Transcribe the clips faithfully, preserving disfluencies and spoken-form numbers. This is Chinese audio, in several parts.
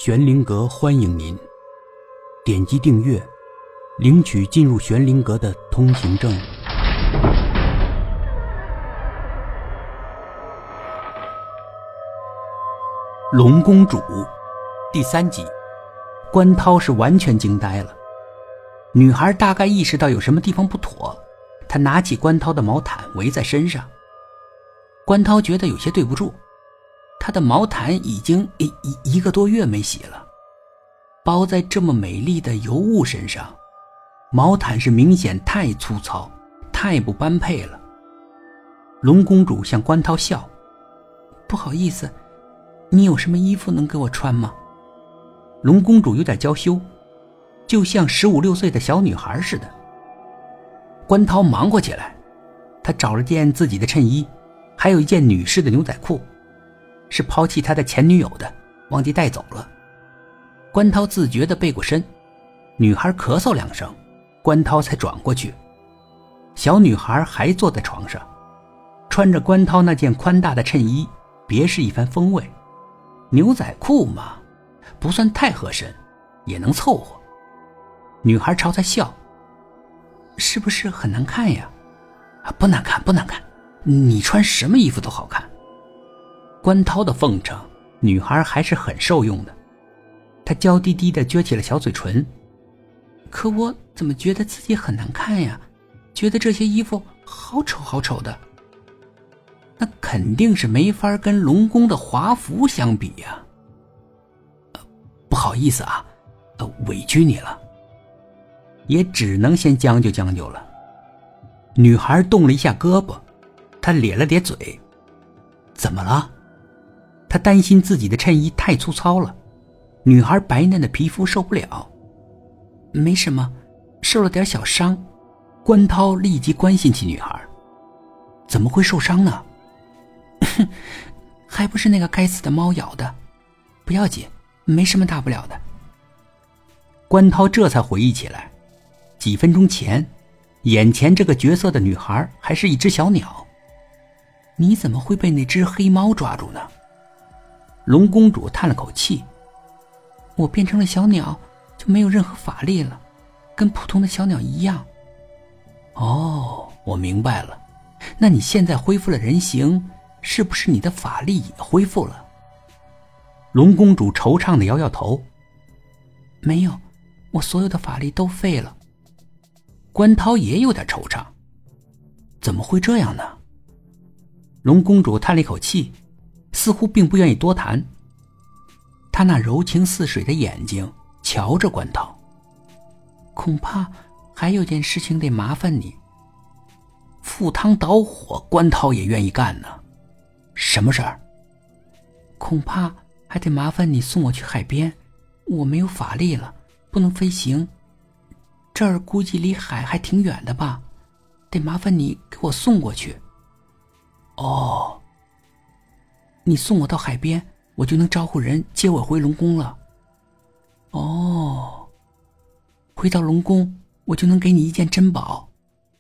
玄灵阁欢迎您，点击订阅，领取进入玄灵阁的通行证。龙公主第三集，关涛是完全惊呆了。女孩大概意识到有什么地方不妥，她拿起关涛的毛毯围在身上。关涛觉得有些对不住，她的毛毯已经一一一个多月没洗了，包在这么美丽的尤物身上，毛毯是明显太粗糙，太不般配了。龙公主向关涛笑，不好意思，你有什么衣服能给我穿吗？龙公主有点娇羞，就像十五六岁的小女孩似的。关涛忙活起来，他找了件自己的衬衣，还有一件女士的牛仔裤，是抛弃他的前女友的，忘记带走了。关涛自觉地背过身，女孩咳嗽两声，关涛才转过去。小女孩还坐在床上，穿着关涛那件宽大的衬衣，别是一番风味。牛仔裤嘛，不算太合身，也能凑合。女孩朝他笑，是不是很难看呀？啊，不难看不难看，你穿什么衣服都好看。关涛的奉承，女孩还是很受用的。她娇滴滴地撅起了小嘴唇，可我怎么觉得自己很难看呀？觉得这些衣服好丑好丑的。那肯定是没法跟龙宫的华服相比呀。呃、不好意思啊，呃，委屈你了。也只能先将就将就了。女孩动了一下胳膊，她咧了咧嘴。怎么了？她担心自己的衬衣太粗糙了，女孩白嫩的皮肤受不了。没什么，受了点小伤。关涛立即关心起女孩，怎么会受伤呢？还不是那个该死的猫咬的，不要紧，没什么大不了的。关涛这才回忆起来，几分钟前，眼前这个角色的女孩还是一只小鸟。你怎么会被那只黑猫抓住呢？龙公主叹了口气，我变成了小鸟，就没有任何法力了，跟普通的小鸟一样。哦，我明白了，那你现在恢复了人形，是不是你的法力也恢复了？龙公主惆怅地摇摇头，没有，我所有的法力都废了。关涛也有点惆怅，怎么会这样呢？龙公主叹了一口气，似乎并不愿意多谈。她那柔情似水的眼睛瞧着关涛，恐怕还有件事情得麻烦你。赴汤蹈火，关涛也愿意干呢。什么事儿？恐怕还得麻烦你送我去海边，我没有法力了，不能飞行。这儿估计离海还挺远的吧，得麻烦你给我送过去。哦，你送我到海边，我就能招呼人接我回龙宫了。哦，回到龙宫，我就能给你一件珍宝。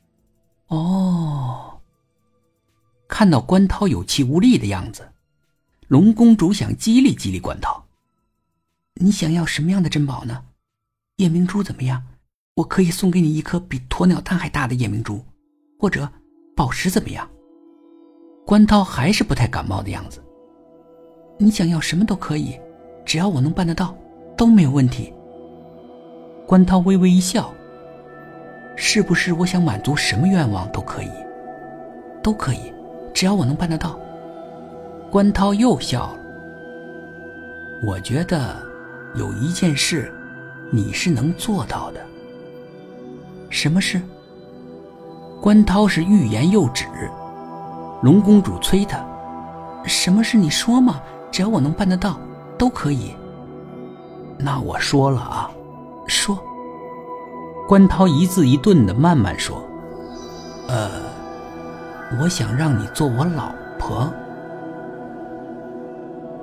哦，看到关涛有气无力的样子，龙公主想激励激励关涛。你想要什么样的珍宝呢？夜明珠怎么样？我可以送给你一颗比鸵鸟蛋还大的夜明珠，或者宝石怎么样？关涛还是不太感冒的样子。你想要什么都可以，只要我能办得到，都没有问题。关涛微微一笑，是不是我想满足什么愿望都可以？都可以，只要我能办得到。关涛又笑了。我觉得有一件事你是能做到的。什么事？关涛是欲言又止。龙公主催他，什么事你说嘛，只要我能办得到，都可以。那我说了啊，说。关涛一字一顿地慢慢说，呃，我想让你做我老婆。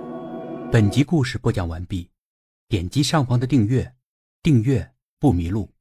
本集故事播讲完毕，点击上方的订阅，订阅不迷路。